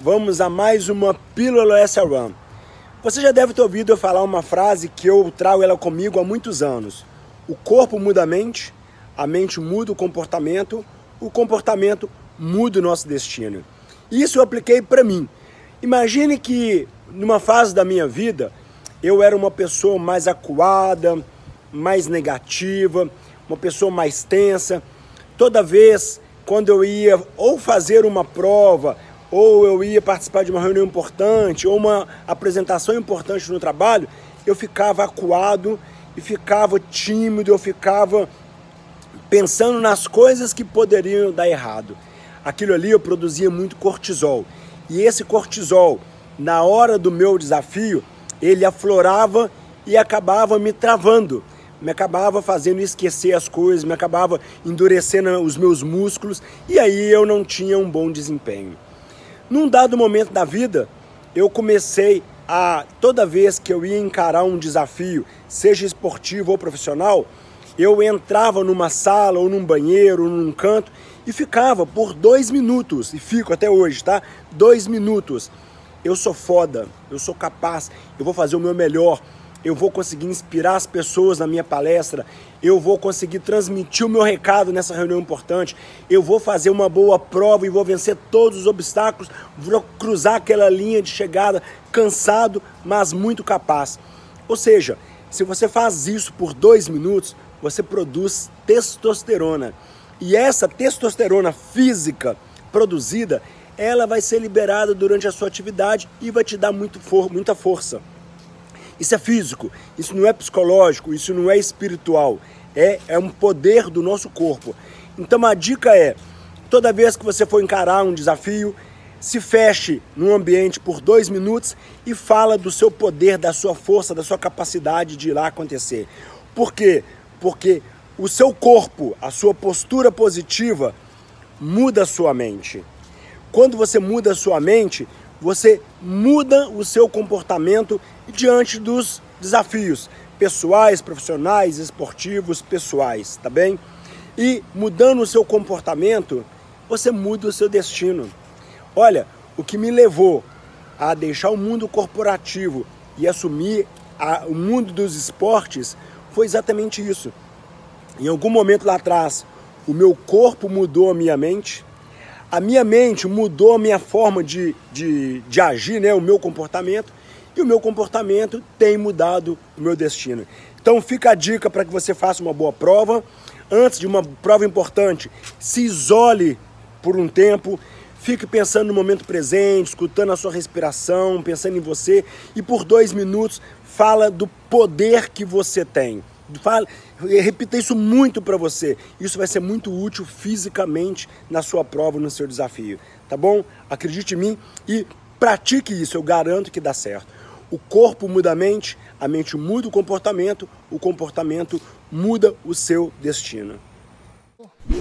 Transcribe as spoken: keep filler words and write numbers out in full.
Vamos a mais uma Pílula S R um. Você já deve ter ouvido eu falar uma frase que eu trago ela comigo há muitos anos. O corpo muda a mente, a mente muda o comportamento, o comportamento muda o nosso destino. Isso eu apliquei para mim. Imagine que numa fase da minha vida eu era uma pessoa mais acuada, mais negativa, uma pessoa mais tensa. Toda vez quando eu ia ou fazer uma prova, ou eu ia participar de uma reunião importante, ou uma apresentação importante no trabalho, eu ficava acuado e ficava tímido, eu ficava pensando nas coisas que poderiam dar errado. Aquilo ali eu produzia muito cortisol. E esse cortisol, na hora do meu desafio, ele aflorava e acabava me travando. Me acabava fazendo esquecer as coisas, me acabava endurecendo os meus músculos e aí eu não tinha um bom desempenho. Num dado momento da vida, eu comecei a, toda vez que eu ia encarar um desafio, seja esportivo ou profissional, eu entrava numa sala ou num banheiro ou num canto e ficava por dois minutos, e fico até hoje, tá? Dois minutos. Eu sou foda, eu sou capaz, eu vou fazer o meu melhor, eu vou conseguir inspirar as pessoas na minha palestra, eu vou conseguir transmitir o meu recado nessa reunião importante, eu vou fazer uma boa prova e vou vencer todos os obstáculos, vou cruzar aquela linha de chegada cansado, mas muito capaz. Ou seja, se você faz isso por dois minutos, você produz testosterona. E essa testosterona física produzida, ela vai ser liberada durante a sua atividade e vai te dar muito for- muita força. Isso é físico, isso não é psicológico, isso não é espiritual, é, é um poder do nosso corpo. Então a dica é, toda vez que você for encarar um desafio, se feche num ambiente por dois minutos e fala do seu poder, da sua força, da sua capacidade de ir lá acontecer. Por quê? Porque o seu corpo, a sua postura positiva, muda a sua mente. Quando você muda a sua mente, você muda o seu comportamento diante dos desafios pessoais, profissionais, esportivos, pessoais, tá bem? E mudando o seu comportamento, você muda o seu destino. Olha, o que me levou a deixar o mundo corporativo e assumir a, o mundo dos esportes foi exatamente isso. Em algum momento lá atrás, o meu corpo mudou a minha mente, a minha mente mudou a minha forma de, de, de agir, né, o meu comportamento, e o meu comportamento tem mudado o meu destino. Então fica a dica para que você faça uma boa prova. Antes de uma prova importante, se isole por um tempo, fique pensando no momento presente, escutando a sua respiração, pensando em você, e por dois minutos fala do poder que você tem. Fala, repita isso muito para você. Isso vai ser muito útil fisicamente na sua prova, no seu desafio. Tá bom? Acredite em mim e pratique isso. Eu garanto que dá certo. O corpo muda a mente, a mente muda o comportamento, o comportamento muda o seu destino.